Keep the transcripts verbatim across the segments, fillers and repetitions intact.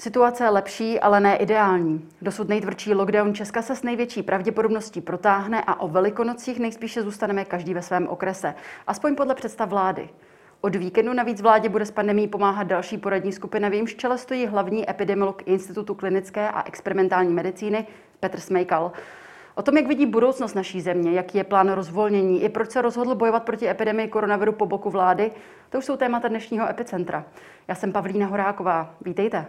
Situace je lepší, ale ne ideální. Dosud nejtvrdší lockdown Česka se s největší pravděpodobností protáhne a o Velikonocích nejspíše zůstaneme každý ve svém okrese. Aspoň podle představ vlády. Od víkendu navíc vládě bude s pandemií pomáhat další poradní skupina, v jejímž čele stojí hlavní epidemiolog Institutu klinické a experimentální medicíny Petr Smejkal. O tom, jak vidí budoucnost naší země, jaký je plán rozvolnění i proč se rozhodl bojovat proti epidemii koronaviru po boku vlády, to už jsou témata dnešního Epicentra. Já jsem Pavlína Horáková. Vítejte.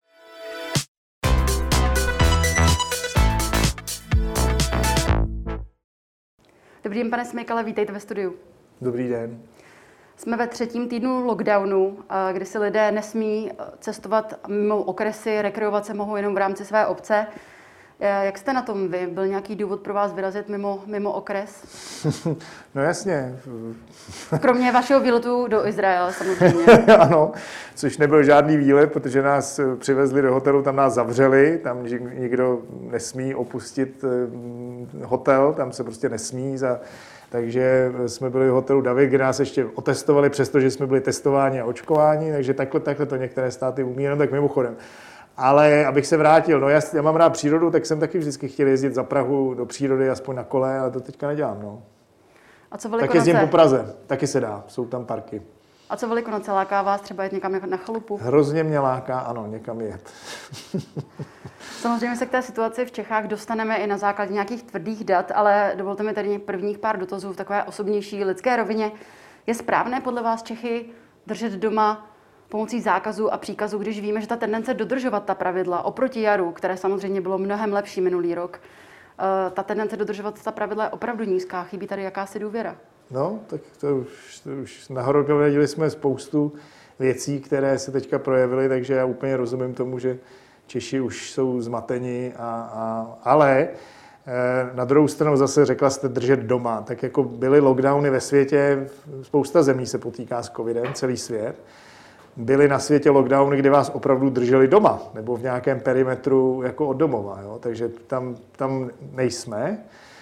Dobrý den, pane Smejkale, vítejte ve studiu. Dobrý den. Jsme ve třetím týdnu lockdownu, kdy si lidé nesmí cestovat mimo okresy, rekreovat se mohou jenom v rámci své obce. Jak jste na tom vy? Byl nějaký důvod pro vás vyrazit mimo, mimo okres? No jasně. Kromě vašeho výletu do Izraele samozřejmě. Ano, což nebyl žádný výlet, protože nás přivezli do hotelu, tam nás zavřeli, tam nikdo nesmí opustit hotel, tam se prostě nesmí. Za, takže jsme byli v hotelu David, kde nás ještě otestovali, přestože jsme byli testováni a očkováni, takže takhle, takhle to některé státy umí, jenom tak mimochodem. Ale abych se vrátil, no já, já mám rád přírodu, tak jsem taky vždycky chtěl jezdit za Prahu do přírody, aspoň na kole, ale to teďka nedělám, no. A co Velikonoce? Tak jezdím po Praze, taky se dá, jsou tam parky. A co Velikonoce, láká vás třeba jet někam na chalupu? Hrozně mě láká, ano, někam jet. Samozřejmě se k té situaci v Čechách dostaneme i na základě nějakých tvrdých dat, ale dovolte mi tady prvních pár dotazů v takové osobnější lidské rovině. Je správné podle vás Čechy držet doma pomocí zákazů a příkazů, když víme, že ta tendence dodržovat ta pravidla oproti jaru, které samozřejmě bylo mnohem lepší minulý rok, ta tendence dodržovat ta pravidla je opravdu nízká. Chybí tady jakási důvěra? No, tak to už, to už nahorodili jsme spoustu věcí, které se teďka projevily, takže já úplně rozumím tomu, že Češi už jsou zmateni, a, a, ale na druhou stranu zase řekla jste držet doma. Tak jako byly lockdowny ve světě, spousta zemí se potýká s covidem, celý svět. Byly na světě lockdowny, kde vás opravdu drželi doma, nebo v nějakém perimetru jako od domova. Jo? Takže tam, tam nejsme.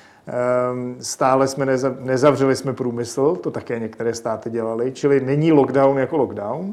Stále jsme neza, nezavřeli jsme průmysl, to také některé státy dělaly, čili není lockdown jako lockdown.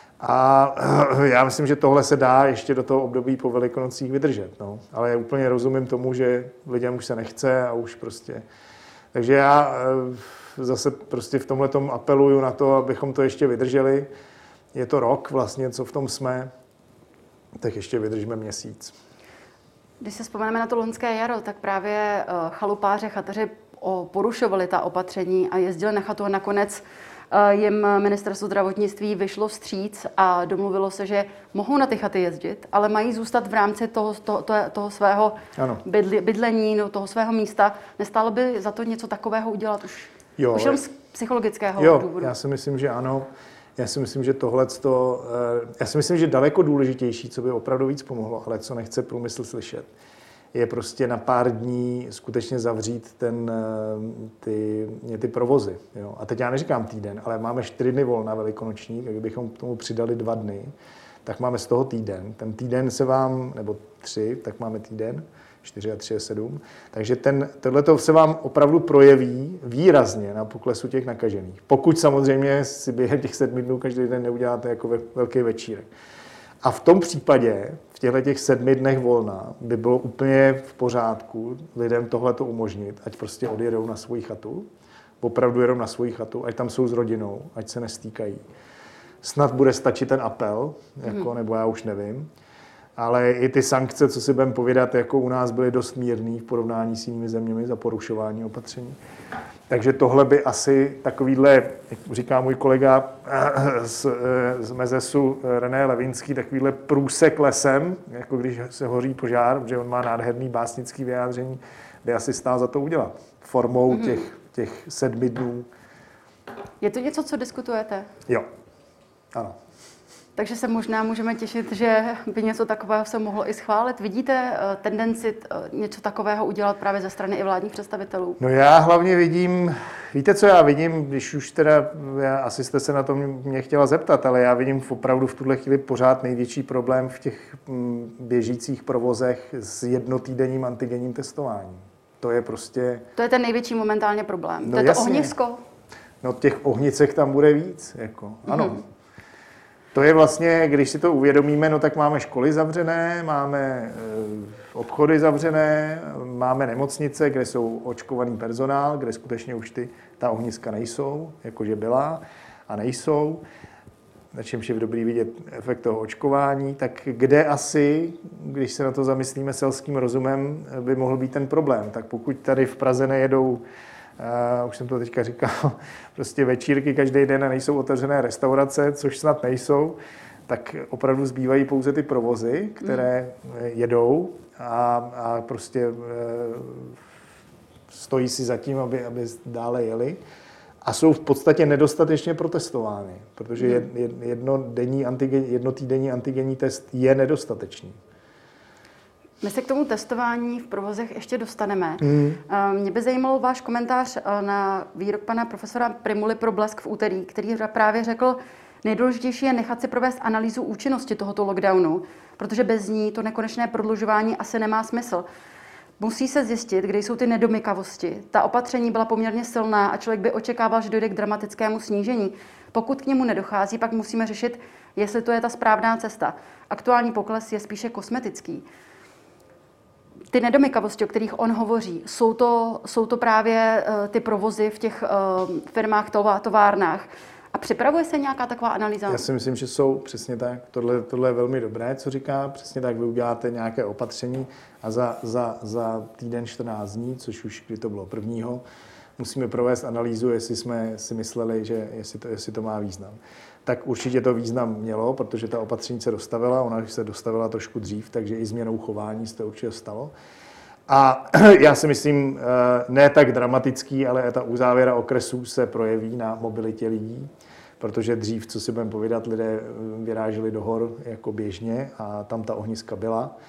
A já myslím, že tohle se dá ještě do toho období po Velikonocích vydržet. No. Ale já úplně rozumím tomu, že lidem už se nechce a už prostě... Takže já zase prostě v tomhletom apeluju na to, abychom to ještě vydrželi. Je to rok vlastně, co v tom jsme, tak ještě vydržíme měsíc. Když se vzpomeneme na to loňské jaro, tak právě chalupáři, chataři porušovali ta opatření a jezdili na chatu a nakonec jim ministerstvo zdravotnictví vyšlo vstříc a domluvilo se, že mohou na ty chaty jezdit, ale mají zůstat v rámci toho, toho, toho svého bydl, bydlení, no, toho svého místa. Nestálo by za to něco takového udělat už, jo, už jenom z psychologického jo, důvodu? Já si myslím, že ano. Já si myslím, že tohleto, já si myslím, že daleko důležitější, co by opravdu víc pomohlo, ale co nechce průmysl slyšet, je prostě na pár dní skutečně zavřít ten, ty, ty provozy. Jo. A teď já neříkám týden, ale máme čtyři dny volna velikonoční, tak kdybychom k tomu přidali dva dny, tak máme z toho týden. Ten týden se vám, nebo tři, tak máme týden, čtyři a tři je sedm. Takže ten, tohleto se vám opravdu projeví výrazně na poklesu těch nakažených. Pokud samozřejmě si během těch sedmi dnů každý den neuděláte jako ve, velký večírek. A v tom případě, v těchto těch sedmi dnech volna, by bylo úplně v pořádku lidem tohleto umožnit, ať prostě odjedou na svoji chatu, opravdu jedou na svoji chatu, ať tam jsou s rodinou, ať se nestýkají. Snad bude stačit ten apel, jako, nebo já už nevím. Ale i ty sankce, co si budeme povědat, jako u nás byly dost mírný v porovnání s jinými zeměmi za porušování opatření. Takže tohle by asi takovýhle, jak říká můj kolega z, z Mezesu René Levínský, takovýhle průsek lesem, jako když se hoří požár, protože on má nádherný básnický vyjádření, by asi stál za to udělat. Formou mm-hmm. těch, těch sedmi dnů. Je to něco, co diskutujete? Jo, ano. Takže se možná můžeme těšit, že by něco takového se mohlo i schválit. Vidíte tendenci něco takového udělat právě ze strany i vládních představitelů? No já hlavně vidím, víte, co já vidím, když už teda, já, asi jste se na to mě chtěla zeptat, ale já vidím opravdu v tuhle chvíli pořád největší problém v těch běžících provozech s jednotýdenním antigenním testováním. To je prostě... To je ten největší momentálně problém. No to je jasně. To ohnisko? No těch ohnicek tam bude víc, jako, ano. Mm-hmm. To je vlastně, když si to uvědomíme, no tak máme školy zavřené, máme obchody zavřené, máme nemocnice, kde jsou očkovaný personál, kde skutečně už ty, ta ohniska nejsou, jakože byla a nejsou. Na čemž je dobrý vidět efekt toho očkování, tak kde asi, když se na to zamyslíme selským rozumem, by mohl být ten problém. Tak pokud tady v Praze nejedou, uh, už jsem to teďka říkal, prostě večírky každý den a nejsou otevřené restaurace, což snad nejsou, tak opravdu zbývají pouze ty provozy, které mm. jedou a, a prostě uh, stojí si za tím, aby, aby dále jeli. A jsou v podstatě nedostatečně protestovány, protože jednodenní antigen, jednotýdenní antigenní test je nedostatečný. My se k tomu testování v provozech ještě dostaneme. Mm. Mě by zajímal váš komentář na výrok pana profesora Prymuly pro Blesk v úterý, který právě řekl, nejdůležitější je nechat si provést analýzu účinnosti tohoto lockdownu, protože bez ní to nekonečné prodlužování asi nemá smysl. Musí se zjistit, kde jsou ty nedomykavosti. Ta opatření byla poměrně silná a člověk by očekával, že dojde k dramatickému snížení. Pokud k němu nedochází, pak musíme řešit, jestli to je ta správná cesta. Aktuální pokles je spíše kosmetický. Ty nedomykavosti, o kterých on hovoří, jsou to, jsou to právě uh, ty provozy v těch uh, firmách, továrnách. A připravuje se nějaká taková analýza? Já si myslím, že jsou přesně tak. Tohle, tohle je velmi dobré, co říká. Přesně tak, vy uděláte nějaké opatření a za, za, za týden čtrnáct dní, což už kdy to bylo prvního, musíme provést analýzu, jestli jsme si mysleli, že jestli to, jestli to má význam. Tak určitě to význam mělo, protože ta opatření se dostavila, ona se dostavila trošku dřív, takže i změnou chování se to určitě stalo. A já si myslím, ne tak dramatický, ale ta uzávěra okresů se projeví na mobilitě lidí, protože dřív, co si budeme povídat, lidé vyráželi do hor jako běžně a tam ta ohniska byla.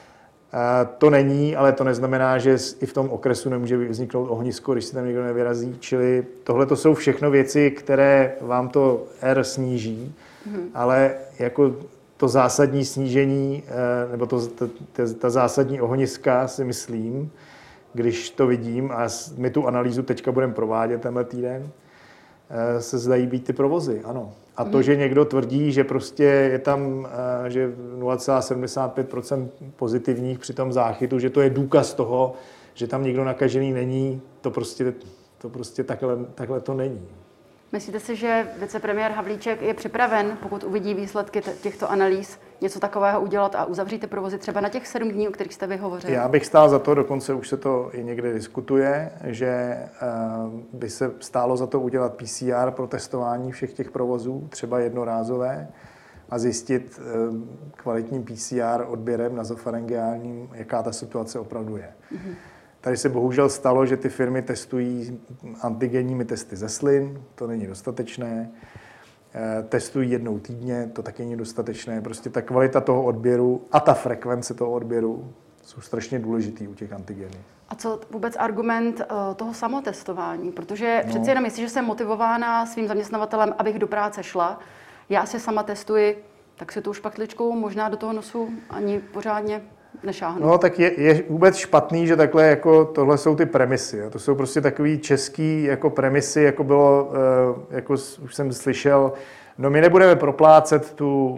To není, ale to neznamená, že i v tom okresu nemůže vzniknout ohnisko, když si tam někdo nevyrazí. Čili tohle to jsou všechno věci, které vám to R sníží, mm-hmm. ale jako to zásadní snížení, nebo to, ta, ta zásadní ohniska, si myslím, když to vidím, a my tu analýzu teďka budeme provádět tenhle týden, se zdají být ty provozy, ano. A to, že někdo tvrdí, že prostě je tam že nula celá sedmdesát pět procent pozitivních při tom záchytu, že to je důkaz toho, že tam někdo nakažený není, to prostě, to prostě takhle, takhle to není. Myslíte si, že vicepremiér Havlíček je připraven, pokud uvidí výsledky těchto analýz, něco takového udělat a uzavřít ty provozy třeba na těch sedm dní, o kterých jste vy hovořili? Já bych stál za to, dokonce už se to i někde diskutuje, že by se stálo za to udělat P C R pro testování všech těch provozů, třeba jednorázové, a zjistit kvalitním P C R odběrem nazofarengiálním, jaká ta situace opravdu je. Mm-hmm. Tady se bohužel stalo, že ty firmy testují antigenními testy ze slin, to není dostatečné. Testují jednou týdně, to taky není dostatečné. Prostě ta kvalita toho odběru a ta frekvence toho odběru jsou strašně důležitý u těch antigenů. A co vůbec argument toho samotestování? Protože no. přeci jenom, jestliže jsem motivována svým zaměstnavatelem, abych do práce šla, já se sama testuji, tak si tu špatličkou možná do toho nosu ani pořádně nešáhnu. No, tak je, je vůbec špatný, že takhle jako tohle jsou ty premisy. To jsou prostě takový český jako premisy, jako bylo, jako už jsem slyšel, no my nebudeme proplácet tu,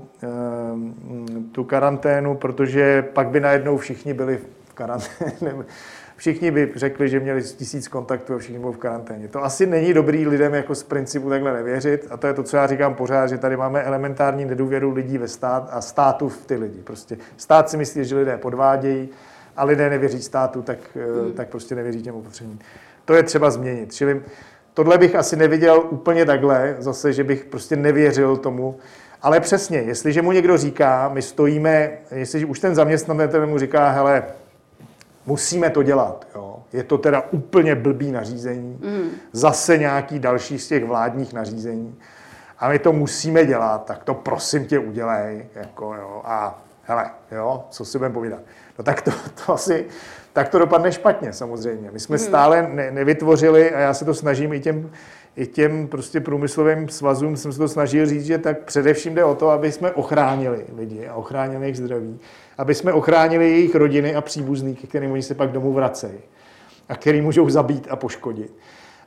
tu karanténu, protože pak by najednou všichni byli v karanténě. Všichni by řekli, že měli tisíc kontaktů a všichni byli v karanténě. To asi není dobrý lidem jako z principu takhle nevěřit a to je to, co já říkám pořád, že tady máme elementární nedůvěru lidí ve stát a státu v ty lidi. Prostě stát si myslí, že lidé podvádějí a lidé nevěří státu, tak, hmm. tak prostě nevěří těm opatřením. To je třeba změnit. Čili tohle bych asi neviděl úplně takhle, zase, že bych prostě nevěřil tomu. Ale přesně, jestliže mu někdo říká, my stojíme, jestliže už ten zaměstnavatel mu říká, hele, musíme to dělat. Jo. Je to teda úplně blbý nařízení, mm. zase nějaký další z těch vládních nařízení. A my to musíme dělat, tak to prosím tě udělej. Jako, jo. A hele, jo, co si budeme povídat. No tak to, to asi, tak to dopadne špatně samozřejmě. My jsme mm. stále ne, nevytvořili, a já se to snažím i těm, i těm prostě průmyslovým svazům, jsem se to snažil říct, že tak především jde o to, aby jsme ochránili lidi a ochránili jejich zdraví. Aby jsme ochránili jejich rodiny a příbuzný, ke kterým oni se pak domů vracejí a který můžou zabít a poškodit.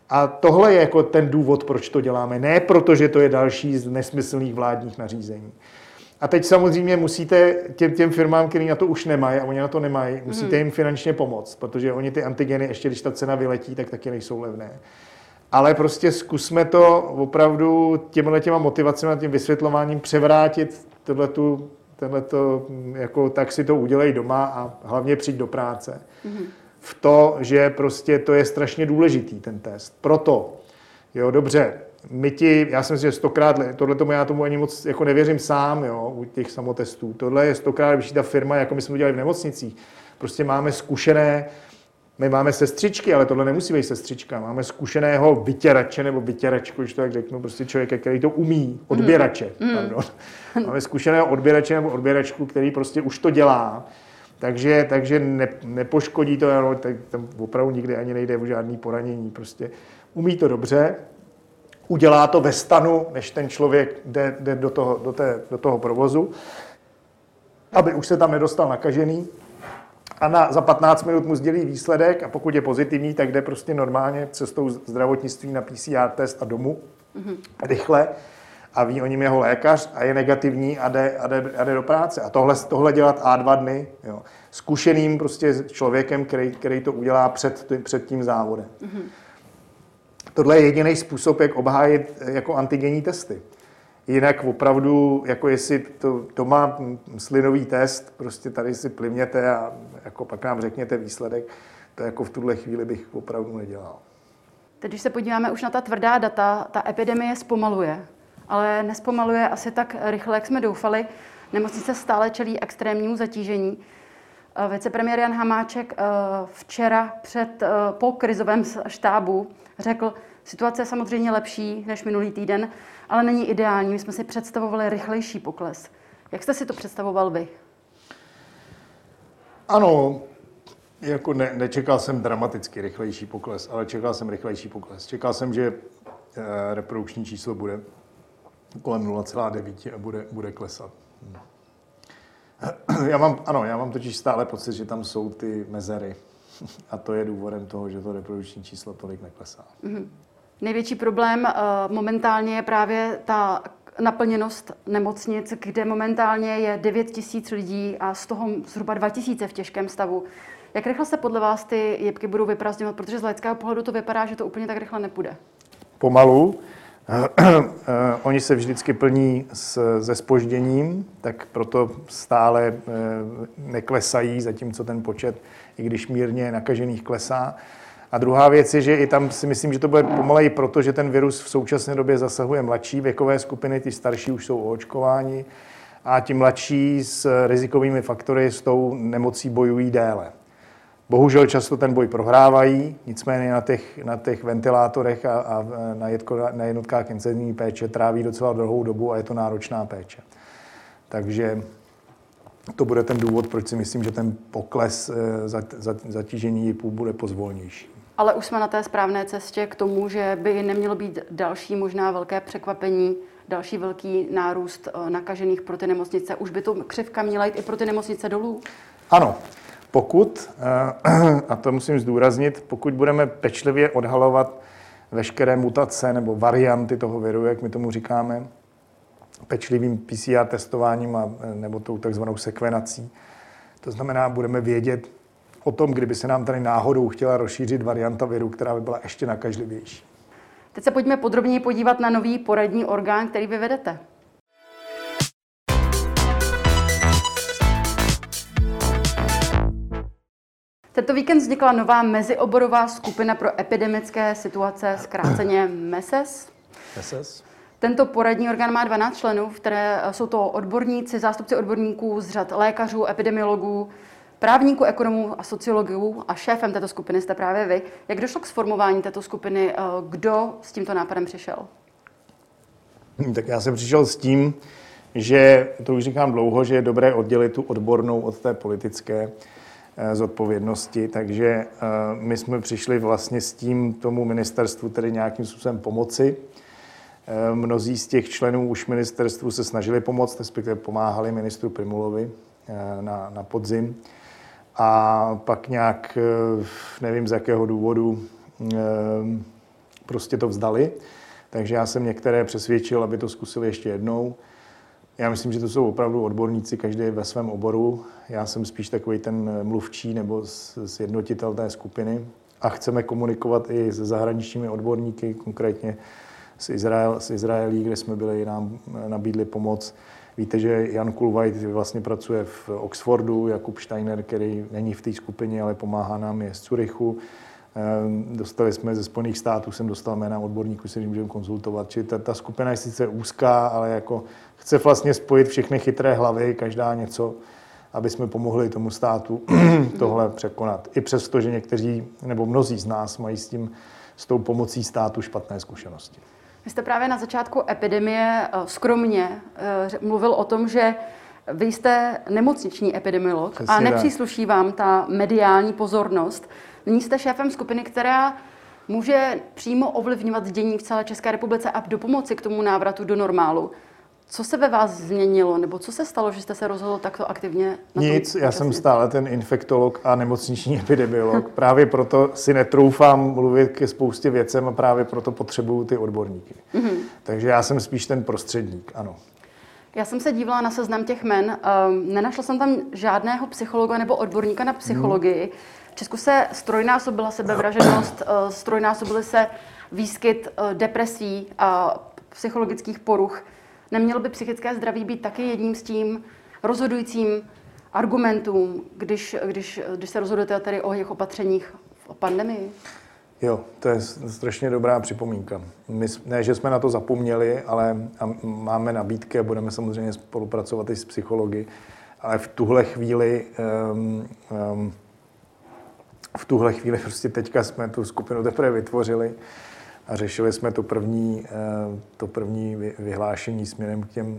A tohle je jako ten důvod, proč to děláme. Ne proto, že to je další z nesmyslných vládních nařízení. A teď samozřejmě musíte těm, těm firmám, které na to už nemají, a oni na to nemají, musíte jim finančně pomoct, protože oni ty antigeny, ještě když ta cena vyletí, tak taky nejsou levné. Ale prostě zkusme to opravdu těmhle těma motivacemi a tím vysvětlováním převrátit tohletu, tohleto, jako tak si to udělej doma a hlavně přijď do práce. Mm-hmm. V to, že prostě to je strašně důležitý, ten test. Proto, jo, dobře, my ti, já jsem si, že stokrát, tohle tomu já tomu ani moc jako nevěřím sám, jo, u těch samotestů. Tohle je stokrát lepší ta firma, jako my jsme udělali v nemocnicích. Prostě máme zkušené, my máme sestřičky, ale tohle nemusí být sestřička. Máme zkušeného vytěrače nebo vytěračku, když to tak řeknu, prostě člověka, který to umí, odběrače, mm. pardon. Máme zkušeného odběrače nebo odběračku, který prostě už to dělá. Takže, takže ne, nepoškodí to, no, tak tam opravdu nikdy ani nejde o žádný poranění. Prostě umí to dobře, udělá to ve stanu, než ten člověk jde, jde do, toho, do, té, do toho provozu, aby už se tam nedostal nakažený. A na, za patnáct minut mu sdělí výsledek a pokud je pozitivní, tak jde prostě normálně cestou zdravotnictví na P C R test a domů, mm-hmm. rychle. A ví o něm jeho lékař a je negativní a jde, a jde, a jde do práce. A tohle, tohle dělat A dva dny, jo. Zkušeným prostě člověkem, který, který to udělá před, před tím závodem. Mm-hmm. Tohle je jediný způsob, jak obhájit jako antigenní testy. Jinak opravdu, jako jestli to doma slinový test, prostě tady si plivněte a jako pak nám řekněte výsledek, to jako v tuhle chvíli bych opravdu nedělal. Teď, když se podíváme už na ta tvrdá data, ta epidemie zpomaluje, ale nespomaluje asi tak rychle, jak jsme doufali. Nemocnice stále čelí extrémnímu zatížení. Vicepremiér Jan Hamáček včera před, po krizovém štábu řekl, situace je samozřejmě lepší než minulý týden, ale není ideální. My jsme si představovali rychlejší pokles. Jak jste si to představoval vy? Ano, jako ne, nečekal jsem dramaticky rychlejší pokles, ale čekal jsem rychlejší pokles. Čekal jsem, že e, reprodukční číslo bude kolem nula celá devět a bude, bude klesat. Já mám, ano, já mám totiž stále pocit, že tam jsou ty mezery. A to je důvodem toho, že to reprodukční číslo tolik neklesá. Mm-hmm. Největší problém uh, momentálně je právě ta naplněnost nemocnic, kde momentálně je devět tisíc lidí a z toho zhruba dva tisíce v těžkém stavu. Jak rychle se podle vás ty jipky budou vyprázdňovat? Protože z lidského pohledu to vypadá, že to úplně tak rychle nepůjde. Pomalu. Oni se vždycky plní s, se zpožděním, tak proto stále neklesají, zatímco ten počet, i když mírně nakažených klesá. A druhá věc je, že i tam si myslím, že to bude pomaleji, protože ten virus v současné době zasahuje mladší věkové skupiny, ty starší už jsou oočkováni a ti mladší s rizikovými faktory s tou nemocí bojují déle. Bohužel často ten boj prohrávají, nicméně na těch, na těch ventilátorech a, a na, jedko, na jednotkách intenzivní péče tráví docela dlouhou dobu a je to náročná péče. Takže to bude ten důvod, proč si myslím, že ten pokles zatížení jipů bude pozvolnější. Ale už jsme na té správné cestě k tomu, že by nemělo být další možná velké překvapení, další velký nárůst nakažených pro ty nemocnice. Už by to křivka měla jít i pro ty nemocnice dolů? Ano. Pokud, a to musím zdůraznit, pokud budeme pečlivě odhalovat veškeré mutace nebo varianty toho viru, jak my tomu říkáme, pečlivým P C R testováním a, nebo tou takzvanou sekvenací, to znamená, budeme vědět o tom, kdyby se nám tady náhodou chtěla rozšířit varianta viru, která by byla ještě nakažlivější. Teď se pojďme podrobněji podívat na nový poradní orgán, který vy vedete. Tento víkend vznikla nová mezioborová skupina pro epidemické situace, zkráceně M E S E S. M E S E S. Tento poradní orgán má dvanáct členů, které jsou to odborníci, zástupci odborníků z řad lékařů, epidemiologů, právníků, ekonomů a sociologů a šéfem této skupiny jste právě vy. Jak došlo k sformování této skupiny? Kdo s tímto nápadem přišel? Tak já jsem přišel s tím, že, to už říkám dlouho, že je dobré oddělit tu odbornou od té politické zodpovědnosti, takže my jsme přišli vlastně s tím tomu ministerstvu tedy nějakým způsobem pomoci. Mnozí z těch členů už ministerstvu se snažili pomoct, respektive pomáhali ministru Prymulovi na, na podzim. A pak nějak, nevím z jakého důvodu, prostě to vzdali. Takže já jsem některé přesvědčil, aby to zkusili ještě jednou. Já myslím, že to jsou opravdu odborníci, každý ve svém oboru. Já jsem spíš takový ten mluvčí nebo sjednotitel té skupiny. A chceme komunikovat i se zahraničními odborníky, konkrétně z, Izrael, z Izraelí, kde jsme byli, nám nabídli pomoc. Víte, že Jan Kulvajt vlastně pracuje v Oxfordu, Jakub Steiner, který není v té skupině, ale pomáhá nám, je z Curychu. Dostali jsme ze Spojených států, jsem dostal jména odborníků, se můžeme konzultovat. Čili ta, ta skupina je sice úzká, ale jako chce vlastně spojit všechny chytré hlavy, každá něco, aby jsme pomohli tomu státu tohle překonat. I přesto, že někteří nebo mnozí z nás mají s tím, s tou pomocí státu špatné zkušenosti. Vy jste právě na začátku epidemie skromně mluvil o tom, že vy jste nemocniční epidemiolog. Přesně a nepřísluší vám ta mediální pozornost. Nyní jste šéfem skupiny, která může přímo ovlivňovat dění v celé České republice a dopomoci k tomu návratu do normálu. Co se ve vás změnilo, nebo co se stalo, že jste se rozhodl takto aktivně na tom Nic, já jsem stále ten infektolog a nemocniční epidemiolog. Právě proto si netroufám mluvit ke spoustě věcem a právě proto potřebuju ty odborníky. Mm-hmm. Takže já jsem spíš ten prostředník, ano. Já jsem se dívala na seznam těch jmen. Nenašla jsem tam žádného psychologa nebo odborníka na psychologii. Mm. V Česku se strojnásobila sebevražednost, strojnásobily se výskyt depresí a psychologických poruch. Nemělo by psychické zdraví být taky jedním z tím rozhodujícím argumentům, když, když, když se rozhodujete tady o jejich opatřeních v pandemii? Jo, to je strašně dobrá připomínka. My, ne, že jsme na to zapomněli, ale máme nabídky a budeme samozřejmě spolupracovat i s psychology, ale v tuhle chvíli um, um, v tuhle chvíli prostě teďka jsme tu skupinu teprve vytvořili a řešili jsme to první, to první vyhlášení směrem k těm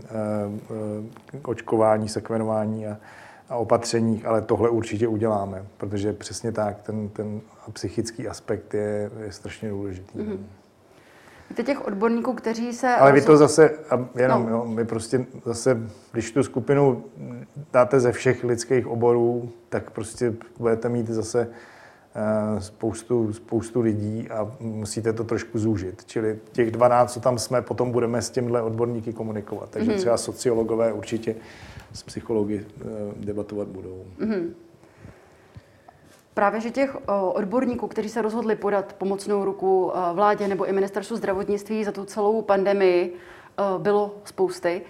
k očkování, sekvenování a, a opatřeních, ale tohle určitě uděláme, protože přesně tak, ten, ten psychický aspekt je, je strašně důležitý. Mm-hmm. Víte, těch odborníků, kteří se... Ale vy to zase, jenom, no. jo, my prostě zase, když tu skupinu dáte ze všech lidských oborů, tak prostě budete mít zase spoustu, spoustu lidí a musíte to trošku zúžit. Čili těch dvanáct, co tam jsme, potom budeme s těmhle odborníky komunikovat. Takže mm-hmm. třeba sociologové určitě s psychologi debatovat budou. Mm-hmm. Právě, že těch odborníků, kteří se rozhodli podat pomocnou ruku vládě nebo i ministerstvu zdravotnictví za tu celou pandemii, bylo spousty.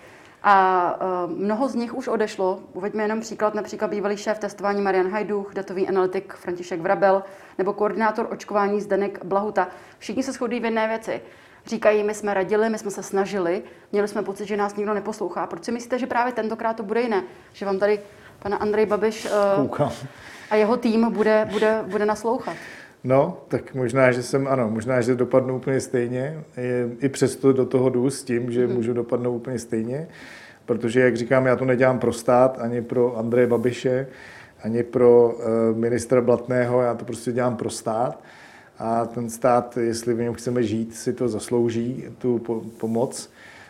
A mnoho z nich už odešlo. Uveďme jenom příklad, například bývalý šéf testování Marian Hajdúch, datový analytik František Vrabel nebo koordinátor očkování Zdeněk Blahuta. Všichni se shodují v jedné věci. Říkají, my jsme radili, my jsme se snažili, měli jsme pocit, že nás nikdo neposlouchá. Proč si myslíte, že právě tentokrát to bude jiné? Že vám tady pana Andrej Babiš uh, a jeho tým bude, bude, bude naslouchat? No, tak možná, že jsem, ano, možná, že dopadnu úplně stejně. I přesto do toho jdu s tím, že hmm. můžu dopadnout úplně stejně, protože, jak říkám, já to nedělám pro stát, ani pro Andreje Babiše, ani pro uh, ministra Blatného, já to prostě dělám pro stát. A ten stát, jestli v něm chceme žít, si to zaslouží, tu po- pomoc.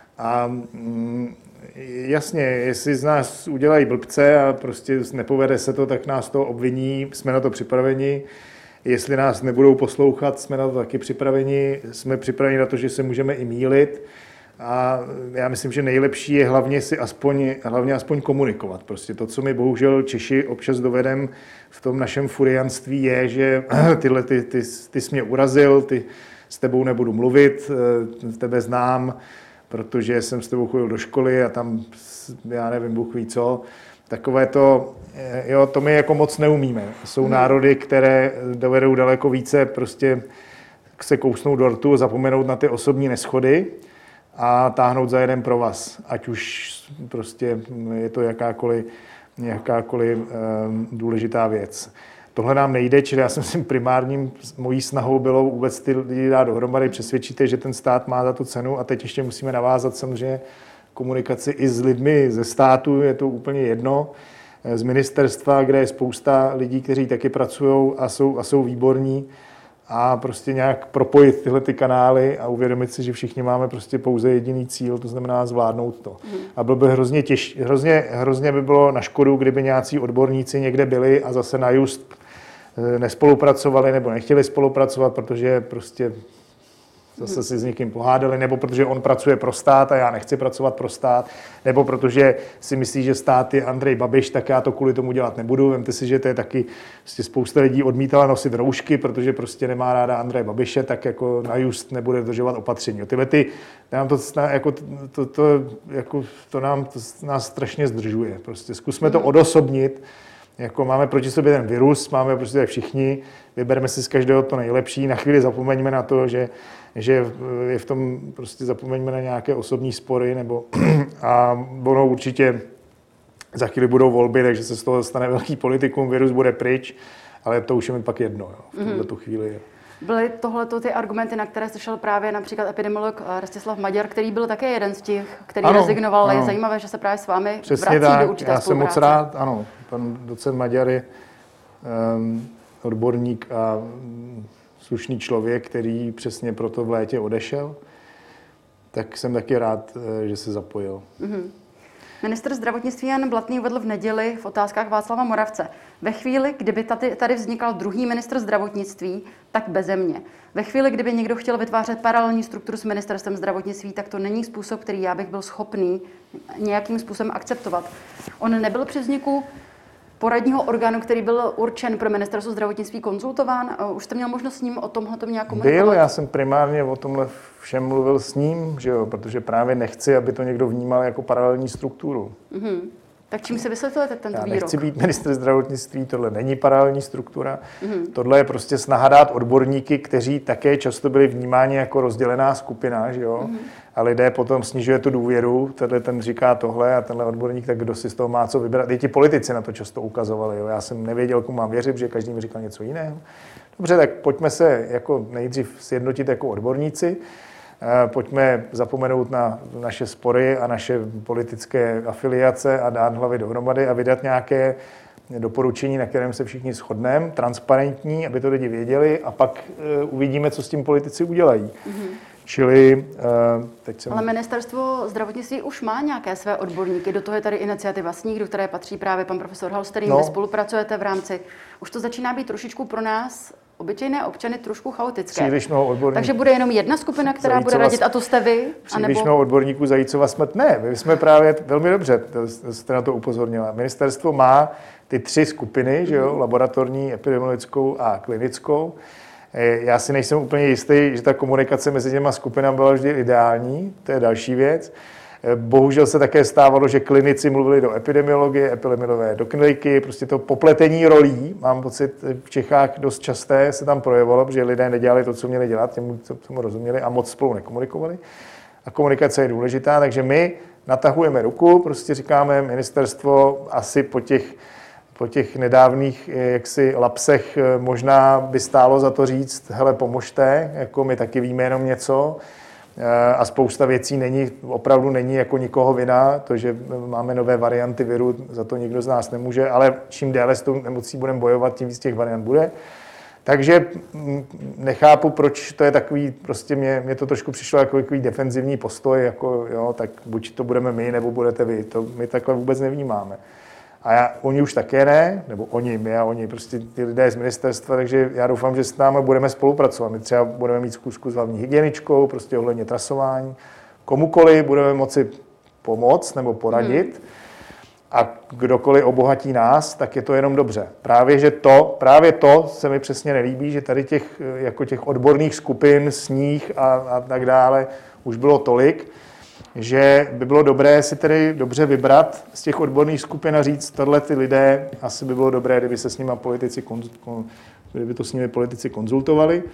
A mm, jasně, jestli z nás udělají blbce a prostě nepovede se to, tak nás to obviní, jsme na to připraveni. Jestli nás nebudou poslouchat, jsme na to taky připraveni. Jsme připraveni na to, že se můžeme i mýlit. A já myslím, že nejlepší je hlavně si aspoň, hlavně aspoň komunikovat. Prostě to, co my bohužel Češi občas dovedeme v tom našem furianství, je, že tyhle, ty, ty, ty jsi mě urazil, ty s tebou nebudu mluvit, tebe znám, protože jsem s tebou chodil do školy a tam, já nevím, Bůh ví co. Takové to, jo, to my jako moc neumíme. Jsou hmm. národy, které dovedou daleko více prostě se kousnout do rtu, zapomenout na ty osobní neshody a táhnout za jeden provaz. Ať už prostě je to jakákoliv, jakákoliv um, důležitá věc. Tohle nám nejde, čili já jsem si primárním mojí snahou bylo vůbec ty lidi dát dohromady, přesvědčit je, že ten stát má za tu cenu a teď ještě musíme navázat samozřejmě komunikaci i s lidmi ze státu, je to úplně jedno, z ministerstva, kde je spousta lidí, kteří taky pracují a jsou, a jsou výborní a prostě nějak propojit tyhle ty kanály a uvědomit si, že všichni máme prostě pouze jediný cíl, to znamená zvládnout to. Mm. A bylo by hrozně těž, hrozně, hrozně by bylo na škodu, kdyby nějací odborníci někde byli a zase na just nespolupracovali nebo nechtěli spolupracovat, protože prostě zase si s někým pohádali, nebo protože on pracuje pro stát a já nechci pracovat pro stát, nebo protože si myslí, že stát je Andrej Babiš, tak já to kvůli tomu dělat nebudu. Vemte si, že to je taky, prostě spousta lidí odmítala nosit roušky, protože prostě nemá ráda Andreje Babiše, tak jako na just nebude dodržovat opatření. Tyhle ty, nám to, jako, to, to, jako, to nám to nás strašně zdržuje. Prostě zkusme to odosobnit. Jako máme proti sobě ten virus, máme prostě tak všichni, vybereme si z každého to nejlepší, na chvíli zapomeňme na to, že, že je v tom, prostě zapomeňme na nějaké osobní spory, nebo a ono určitě za chvíli budou volby, takže se z toho stane velký politikum, virus bude pryč, ale to už je mi pak jedno, jo, v tuhle tu chvíli. Byly tohleto ty argumenty, na které slyšel právě například epidemiolog Rostislav Maďar, který byl také jeden z těch, který ano, rezignoval. Ano. Je zajímavé, že se právě s vámi Přesně vrací tak. do určité Já jsem spolupráce. moc rád, ano. Pan docent Maďar je um, odborník a um, slušný člověk, který přesně proto v létě odešel. Tak jsem taky rád, že se zapojil. Mm-hmm. Ministr zdravotnictví Jan Blatný uvedl v neděli v Otázkách Václava Moravce: ve chvíli, kdyby tady, tady vznikal druhý ministr zdravotnictví, tak beze mě. Ve chvíli, kdyby někdo chtěl vytvářet paralelní strukturu s ministerstvem zdravotnictví, tak to není způsob, který já bych byl schopný nějakým způsobem akceptovat. On nebyl při vzniku poradního orgánu, který byl určen pro ministerstvo zdravotnictví, konzultován. Už jste měl možnost s ním o tomhletom nějak komunikovat? Byl, já jsem primárně o tomhle všem mluvil s ním, že jo, protože právě nechci, aby to někdo vnímal jako paralelní strukturu. Mm-hmm. Tak čím si vysvětlujete tento já výrok? Nechci být ministr zdravotnictví, tohle není paralelní struktura. Mm-hmm. Tohle je prostě snaha dát odborníky, kteří také často byli vnímáni jako rozdělená skupina, že jo. Mm-hmm. A lidé potom snižuje tu důvěru, tenhle ten říká tohle a tenhle odborník, tak kdo si z toho má co vybrat. I ti politici na to často ukazovali, jo. Já jsem nevěděl, komu mám věřit, že každý mi říkal něco jiného. Dobře, tak pojďme se jako nejdřív sjednotit jako odborníci. Pojďme zapomenout na naše spory a naše politické afiliace a dát hlavy dohromady a vydat nějaké doporučení, na kterém se všichni shodneme, transparentní, aby to lidi věděli, a pak uvidíme, co s tím politici udělají. Mm-hmm. Čili teď jsem... Ale ministerstvo zdravotnictví už má nějaké své odborníky. Do toho je tady iniciativa Sníh, do které patří právě pan profesor Hal, s kterým no. vy spolupracujete v rámci. Už to začíná být trošičku pro nás obyčejné občany trošku chaotické. Příliš mnoho odborníků. Takže bude jenom jedna skupina, která Zajícova bude radit, a to jste vy? Příliš anebo... mnoho odborníků Zajícova smrt. Ne, my jsme právě velmi dobře, to, jste na to upozornila. Ministerstvo má ty tři skupiny, že jo, laboratorní, epidemiologickou a klinickou. Já si nejsem úplně jistý, že ta komunikace mezi těma skupinami byla vždy ideální, to je další věc. Bohužel se také stávalo, že klinici mluvili do epidemiologie, epidemiologové do kliniky, prostě to popletení rolí, mám pocit, v Čechách dost časté se tam projevilo, protože lidé nedělali to, co měli dělat, těmu, co tomu rozuměli, a moc spolu nekomunikovali. A komunikace je důležitá, takže my natahujeme ruku, prostě říkáme, ministerstvo asi po těch po těch nedávných jaksi lapsech možná by stálo za to říct, hele, pomožte, jako my taky víme jenom něco a spousta věcí není, opravdu není jako nikoho vina, to, že máme nové varianty viru, za to nikdo z nás nemůže, ale čím déle s tou nemocí budeme bojovat, tím víc těch variant bude. Takže nechápu, proč to je takový, prostě mě, mě to trošku přišlo jako takový defenzivní postoj, jako jo, tak buď to budeme my, nebo budete vy, to my takhle vůbec nevnímáme. A já, oni už také ne, nebo oni, my a oni, prostě ty lidé z ministerstva, takže já doufám, že s námi budeme spolupracovat. My třeba budeme mít zkusku s hlavní hygieničkou, prostě ohledně trasování. Komukoliv budeme moci pomoct nebo poradit. Hmm. A kdokoliv obohatí nás, tak je to jenom dobře. Právě, že to, právě to se mi přesně nelíbí, že tady těch, jako těch odborných skupin, Sníh a, a tak dále už bylo tolik, že by bylo dobré si tedy dobře vybrat z těch odborných skupin a říct, tohle ty lidé, asi by bylo dobré, kdyby se s nimi politici, kdyby to s nimi politici konzultovali.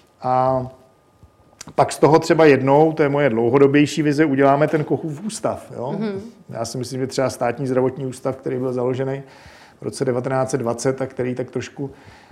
A pak z toho třeba jednou, to je moje dlouhodobější vize, uděláme ten Kochův ústav. Jo? Mm-hmm. Já si myslím, že třeba Státní zdravotní ústav, který byl založený v roce devatenáct set dvacet a který tak trošku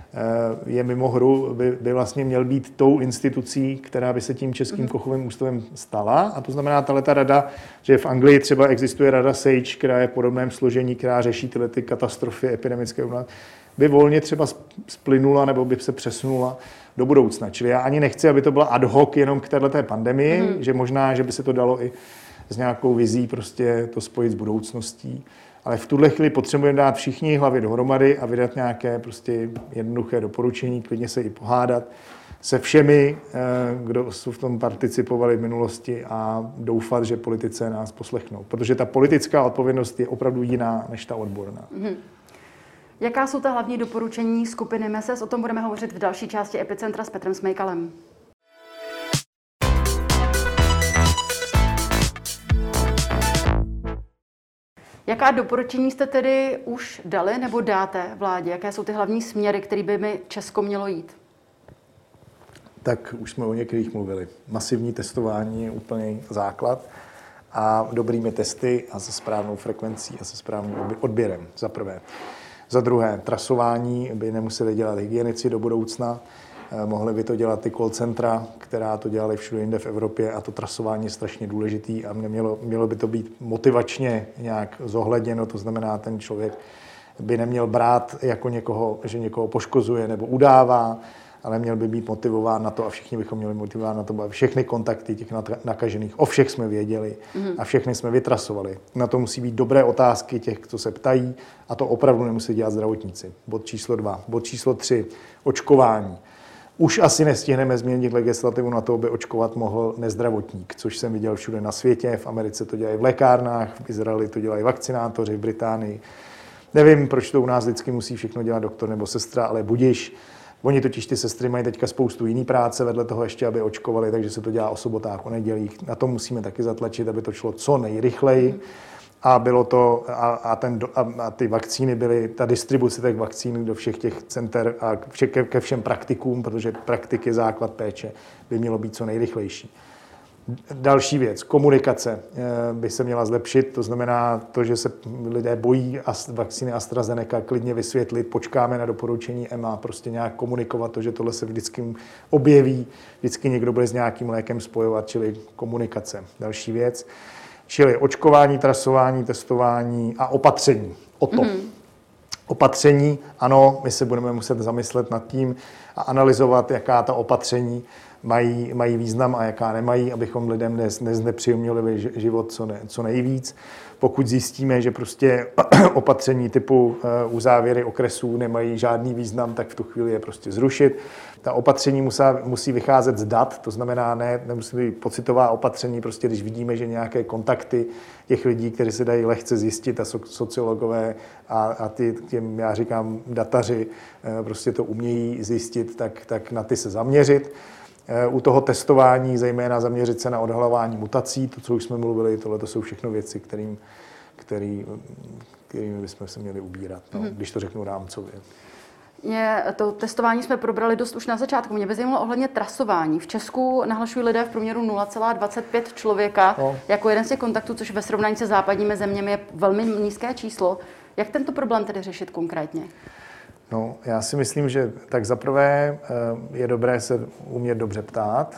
je mimo hru, by, by vlastně měl být tou institucí, která by se tím Českým mm-hmm. Kochovým ústavem stala. A to znamená, tato rada, že v Anglii třeba existuje rada S A G E, která je v podobném složení, která řeší tyhle ty katastrofy epidemické, by volně třeba splynula nebo by se přesunula do budoucna. Čili já ani nechci, aby to byla ad hoc jenom k této pandemii, mm-hmm. že možná, že by se to dalo i s nějakou vizí prostě to spojit s budoucností. Ale v tuhle chvíli potřebujeme dát všichni hlavy dohromady a vydat nějaké prostě jednoduché doporučení, klidně se i pohádat. se všemi, kdo v tom participovali v minulosti a doufat, že politici nás poslechnou. Protože ta politická odpovědnost je opravdu jiná než ta odborná. Mm-hmm. Jaká jsou ta hlavní doporučení skupiny M E S E S? O tom budeme hovořit v další části Epicentra s Petrem Smejkalem. Jaká doporučení jste tedy už dali nebo dáte vládě? Jaké jsou ty hlavní směry, které by mi Česko mělo jít? Tak už jsme o některých mluvili. Masivní testování je úplný základ a dobrými testy a se správnou frekvencí a se správným odběrem, za prvé. Za druhé, trasování by nemuseli dělat hygienici do budoucna, mohli by to dělat ty call centra, která to dělali všude jinde v Evropě a to trasování je strašně důležitý a nemělo, mělo by to být motivačně nějak zohledněno, to znamená, ten člověk by neměl brát jako někoho, že někoho poškozuje nebo udává, ale měl by být motivován na to a všichni bychom měli motivovat na to, aby všechny kontakty těch nakažených, o všech jsme věděli a všechny jsme vytrasovali. Na to musí být dobré otázky těch, co se ptají a to opravdu nemusí dělat zdravotníci. Bod číslo dva. Bod číslo tři. Očkování. Už asi nestihneme změnit legislativu na to, aby očkovat mohl nezdravotník, což jsem viděl všude na světě. V Americe to dělají v lékárnách, v Izraeli to dělají vakcinátoři, v Británii. Nevím, proč to u nás vždycky musí všechno dělat doktor nebo sestra, ale budiš. Oni totiž ty sestry mají teďka spoustu jiný práce vedle toho ještě, aby očkovali, takže se to dělá o sobotách, o nedělích. Na to musíme taky zatlačit, aby to šlo co nejrychleji. A bylo to, a, a, ten, a, a ty vakcíny byly, ta distribuce těch vakcín do všech těch center a vše, ke, ke všem praktikům, protože praktik je základ péče, by mělo být co nejrychlejší. Další věc, komunikace by se měla zlepšit, to znamená to, že se lidé bojí vakcíny AstraZeneca, klidně vysvětlit, počkáme na doporučení E M A, prostě nějak komunikovat to, že tohle se vždycky objeví, vždycky někdo bude s nějakým lékem spojovat, čili komunikace. Další věc, čili očkování, trasování, testování a opatření. O to. Mm-hmm. Opatření, ano, my se budeme muset zamyslet nad tím a analyzovat, jaká ta opatření mají, mají význam a jaká nemají, abychom lidem neznepříjemnili život co, ne, co nejvíc. Pokud zjistíme, že prostě opatření typu uzávěry okresů nemají žádný význam, tak v tu chvíli je prostě zrušit. Ta opatření musí, musí vycházet z dat, to znamená, ne, nemusí být pocitová opatření, prostě když vidíme, že nějaké kontakty těch lidí, kteří se dají lehce zjistit a sociologové a, a ty, těm, já říkám, dataři prostě to umějí zjistit, tak, tak na ty se zaměřit. U toho testování zejména zaměřit se na odhalování mutací, to, co už jsme mluvili, tohle to jsou všechno věci, kterým, který, kterými bychom se měli ubírat, no, mm-hmm. když to řeknu rámcově. Je, to testování jsme probrali dost už na začátku. Mě by zajímalo ohledně trasování. V Česku nahlašují lidé v průměru nula celá dvacet pět člověka no. jako jeden z těch kontaktů, což ve srovnání se západními zeměmi je velmi nízké číslo. Jak tento problém tedy řešit konkrétně? No, já si myslím, že tak za prvé je dobré se umět dobře ptát.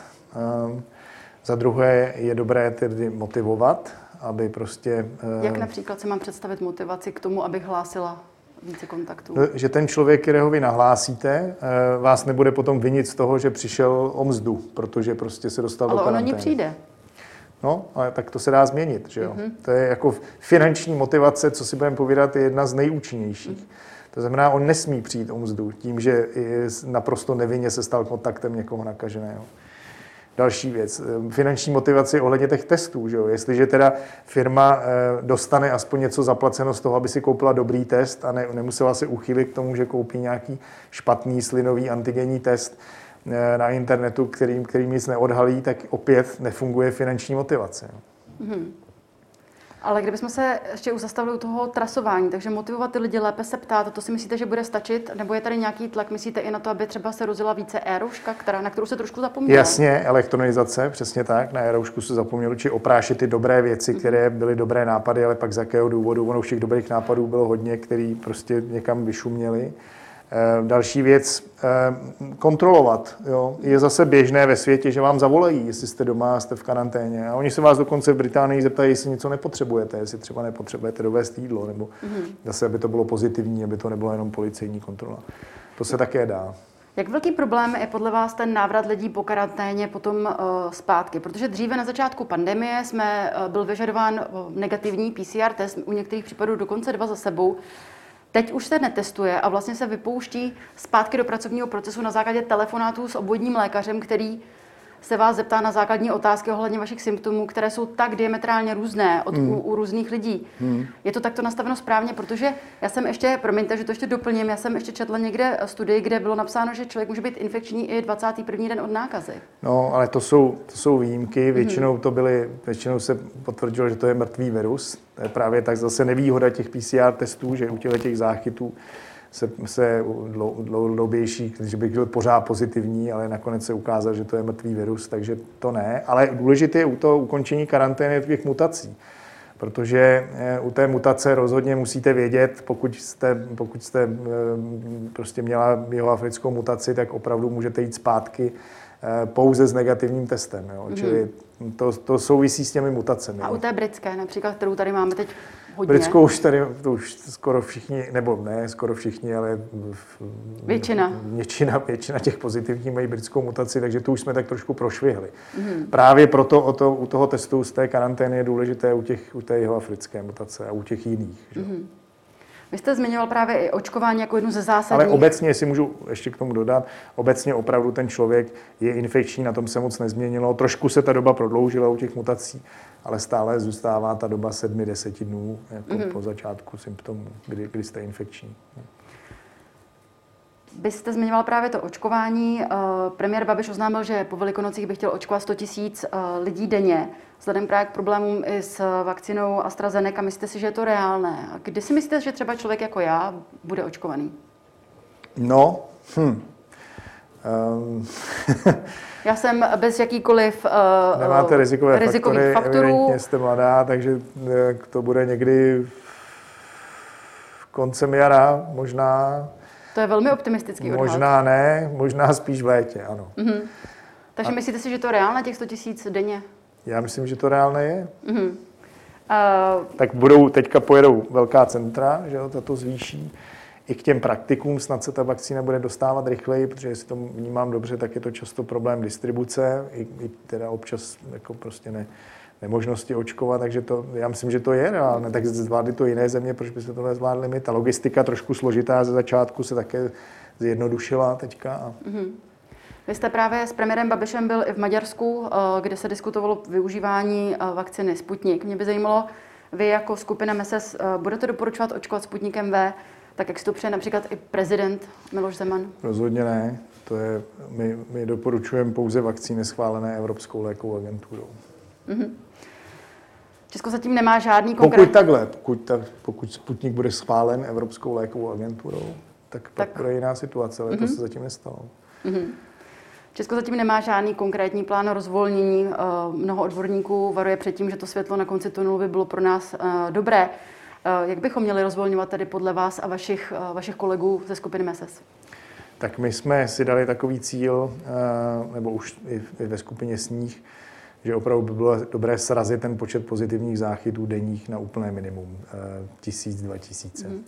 Za druhé je dobré tedy motivovat, aby prostě... Jak například si mám představit motivaci k tomu, abych hlásila více kontaktů? Že ten člověk, kterého vy nahlásíte, vás nebude potom vinit z toho, že přišel o mzdu, protože prostě se dostal ale do karantény. Ale ono ní přijde. No, ale tak to se dá změnit, že jo? Mm-hmm. To je jako finanční motivace, co si budeme povídat, je jedna z nejúčinnějších. Mm-hmm. To znamená, on nesmí přijít o mzdu tím, že naprosto nevinně se stal kontaktem někoho nakaženého. Další věc, finanční motivace ohledně těch testů. Že jo? Jestliže teda firma dostane aspoň něco zaplaceno z toho, aby si koupila dobrý test a ne, nemusela se uchýlit k tomu, že koupí nějaký špatný slinový antigenní test na internetu, kterým, kterým nic neodhalí, tak opět nefunguje finanční motivace. Mm-hmm. Ale kdybychom se ještě už zastavili u toho trasování, takže motivovat ty lidi, lépe se ptát, to si myslíte, že bude stačit? Nebo je tady nějaký tlak, myslíte i na to, aby třeba se rozjela více e-rouška, která, na kterou se trošku zapomnělo? Jasně, elektronizace, přesně tak, na e-roušku se zapomnělo, či oprášit ty dobré věci, které byly dobré nápady, ale pak z jakého důvodu, ono už těch dobrých nápadů bylo hodně, který prostě někam vyšuměli. Další věc, kontrolovat. Jo. Je zase běžné ve světě, že vám zavolají, jestli jste doma, jste v karanténě. A oni se vás dokonce v Británii zeptají, jestli něco nepotřebujete, jestli třeba nepotřebujete dovést jídlo, nebo mm-hmm. zase, aby to bylo pozitivní, aby to nebylo jenom policejní kontrola. To se také dá. Jak velký problém je podle vás ten návrat lidí po karanténě potom uh, zpátky? Protože dříve na začátku pandemie jsme uh, byl vyžadován negativní P C R test, u některých případů dokonce dva za sebou. Teď už se netestuje a vlastně se vypouští zpátky do pracovního procesu na základě telefonátů s obvodním lékařem, který se vás zeptá na základní otázky ohledně vašich symptomů, které jsou tak diametrálně různé od, hmm. u, u různých lidí. Hmm. Je to takto nastaveno správně, protože já jsem ještě, promiňte, že to ještě doplním, já jsem ještě četla někde studii, kde bylo napsáno, že člověk může být infekční i dvacátý první den od nákazy. No, ale to jsou, to jsou výjimky, většinou to byly, většinou se potvrdilo, že to je mrtvý virus. To je právě tak zase nevýhoda těch P C R testů, že u těch záchytů se, se dlouhodobější, že bych byl pořád pozitivní, ale nakonec se ukázalo, že to je mrtvý virus, takže to ne. Ale důležité je u toho ukončení karantény těch mutací, protože u té mutace rozhodně musíte vědět, pokud jste, pokud jste prostě měla jihoafrickou mutaci, tak opravdu můžete jít zpátky pouze s negativním testem. Jo. Mm-hmm. Čili to, to souvisí s těmi mutacemi. A u té britské například, kterou tady máme teď hodně. Britskou už tady to už skoro všichni, nebo ne skoro všichni, ale většina. Většina, většina těch pozitivních mají britskou mutaci, takže tu už jsme tak trošku prošvihli. Mm-hmm. Právě proto o to, u toho testu z té karantény je důležité u, těch, u té jihoafrické mutace a u těch jiných. Mm-hmm. Vy jste zmiňoval právě i očkování jako jednu ze zásadních. Ale obecně, jestli můžu ještě k tomu dodat, obecně opravdu ten člověk je infekční, na tom se moc nezměnilo. Trošku se ta doba prodloužila u těch mutací, ale stále zůstává ta doba sedmi deseti dnů jako mm-hmm. po začátku symptomů, kdy, kdy jste infekční. Vy jste zmiňoval právě to očkování. Premiér Babiš oznámil, že po Velikonocích by chtěl očkovat sto tisíc lidí denně. Vzhledem právě k problémům i s vakcínou AstraZeneca, myslíte si, že je to reálné? A kdy si myslíte, že třeba člověk jako já bude očkovaný? No, hm. Um. Já jsem bez jakýkoliv uh, Nemáte rizikové rizikových faktory, faktorů. Evidentně jste mladá, takže to bude někdy koncem jara, možná. To je velmi optimistický odhad. Možná ne, možná spíš v létě, ano. Mm-hmm. Takže A... myslíte si, že to je reálné, těch sto tisíc denně? Já myslím, že to reálné je. Mm-hmm. Uh... Tak budou, teďka pojedou velká centra, že jo, to zvýší. I k těm praktikům snad se ta vakcína bude dostávat rychleji, protože jestli to vnímám dobře, tak je to často problém distribuce, i, i teda občas jako prostě ne, nemožnosti očkovat, takže to, já myslím, že to je reálné. Tak zvládly to jiné země, proč byste to nezvládli my? Ta logistika trošku složitá ze začátku se také zjednodušila teďka. A... Mm-hmm. Vy jste právě s premiérem Babišem byl i v Maďarsku, kde se diskutovalo využívání vakcíny Sputnik. Mě by zajímalo, vy jako skupina M S S budete doporučovat očkovat Sputnikem V, tak jak si to přeje například i prezident Miloš Zeman? Rozhodně ne. To je, my, my doporučujeme pouze vakcíny schválené Evropskou lékovou agenturou. Mm-hmm. Česko zatím nemá žádný konkrétní... Pokud takhle, pokud, ta, pokud Sputnik bude schválen Evropskou lékovou agenturou, tak, tak... pak bude jiná situace, ale mm-hmm. to se zatím nestalo. Mm-hmm. Česko zatím nemá žádný konkrétní plán rozvolnění. Mnoho odborníků varuje před tím, že to světlo na konci tunelu by bylo pro nás dobré. Jak bychom měli rozvolňovat tedy podle vás a vašich, vašich kolegů ze skupiny M S S? Tak my jsme si dali takový cíl, nebo už i ve skupině Sníh, že opravdu by bylo dobré srazit ten počet pozitivních záchytů denních na úplné minimum, tisíc, dva tisíce. Mm.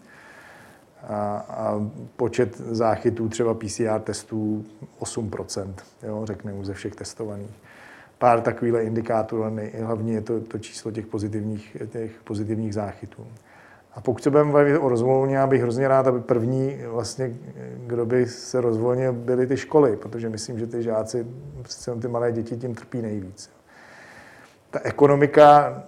A, a počet záchytů třeba P C R testů osm procent, jo, řekneme ze všech testovaných. Pár takovýchhle indikátorů, ale hlavně je to, to číslo těch pozitivních, těch pozitivních záchytů. A pokud se budeme bavit o rozvolnění, já bych hrozně rád, aby první, vlastně, kdo by se rozvolnil, byly ty školy, protože myslím, že ty žáci, ty malé děti tím trpí nejvíc. Ta ekonomika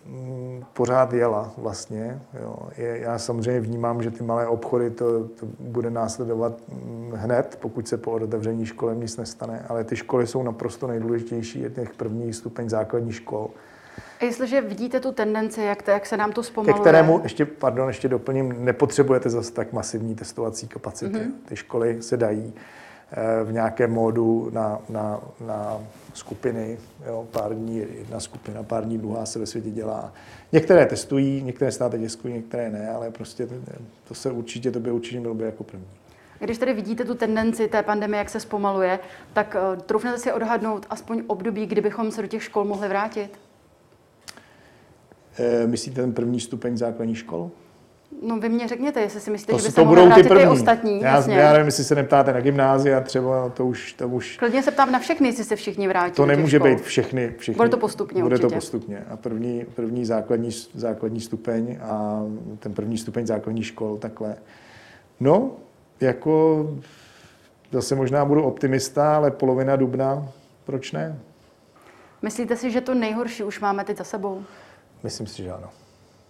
pořád jela vlastně. Jo. Je, já samozřejmě vnímám, že ty malé obchody to, to bude následovat hned, pokud se po otevření školy nic nestane, ale ty školy jsou naprosto nejdůležitější, je těch první stupeň základních škol. A jestliže vidíte tu tendenci, jak, to, jak se nám to zpomaluje? Ke kterému, ještě, pardon, ještě doplním, nepotřebujete zase tak masivní testovací kapacity. Mm-hmm. Ty školy se dají v nějakém módu na, na, na skupiny, jo, pár dní jedna skupina, pár dní druhá se ve světě dělá. Některé testují, některé státy testují, některé ne, ale prostě to se určitě, to by určitě mělo být jako první. Když tady vidíte tu tendenci té pandemie, jak se zpomaluje, tak uh, troufnete si odhadnout aspoň období, kdybychom se do těch škol mohli vrátit? E, myslíte ten první stupeň základních škol? No vy mě řekněte, jestli si myslíte, To, že by to se mohli budou ty vrátit první. ty ostatní. Já, já nevím, jestli se neptáte na gymnázia, třeba to už... To, už... Klidně se ptám na všechny, jestli se všichni vrátí. to nemůže být všechny, všechny. Bude to postupně Bude určitě. to postupně. A první, první základní, základní stupeň a ten první stupeň základních škol takhle. No, jako zase možná budu optimista, ale polovina dubna, proč ne? Myslíte si, že to nejhorší už máme teď za sebou? Myslím si, že ano.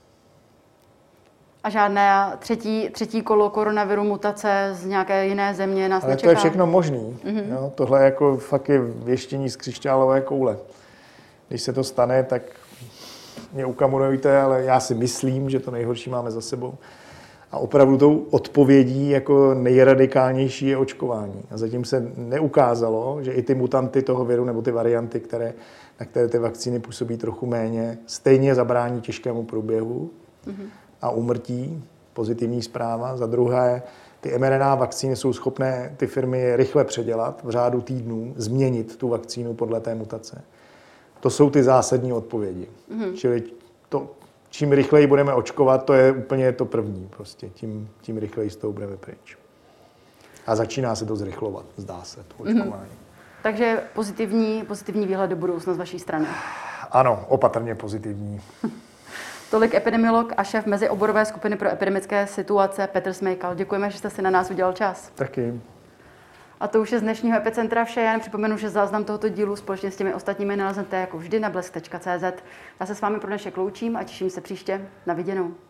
A žádné třetí, třetí kolo koronaviru, mutace z nějaké jiné země nás Ale nečeká? to je všechno možný. Mm-hmm. Jo? Tohle jako fakt je věštění z křišťálové koule. Když se to stane, tak mě ukamonujte, ale já si myslím, že to nejhorší máme za sebou. A opravdu tou odpovědí jako nejradikálnější je očkování. A zatím se neukázalo, že i ty mutanty toho viru nebo ty varianty, které, na které ty vakcíny působí trochu méně, stejně zabrání těžkému průběhu mm-hmm. a úmrtí. Pozitivní zpráva. Za druhé, ty em er en á vakcíny jsou schopné ty firmy je rychle předělat, v řádu týdnů, změnit tu vakcínu podle té mutace. To jsou ty zásadní odpovědi. Mm-hmm. Čili to, čím rychleji budeme očkovat, to je úplně to první. Prostě. Tím, tím rychleji z toho budeme pryč. A začíná se to zrychlovat, zdá se, to očkování. Mm-hmm. Takže pozitivní, pozitivní výhled do budoucna z vaší strany. Ano, opatrně pozitivní. Tolik epidemiolog a šéf mezioborové skupiny pro epidemické situace Petr Smejkal. Děkujeme, že jste si na nás udělal čas. Taky. A to už je z dnešního Epicentra vše. Já jen připomenu, že záznam tohoto dílu společně s těmi ostatními naleznete jako vždy na blesk tečka cé zet. Já se s vámi pro dnešek loučím a těším se příště. Na viděnou.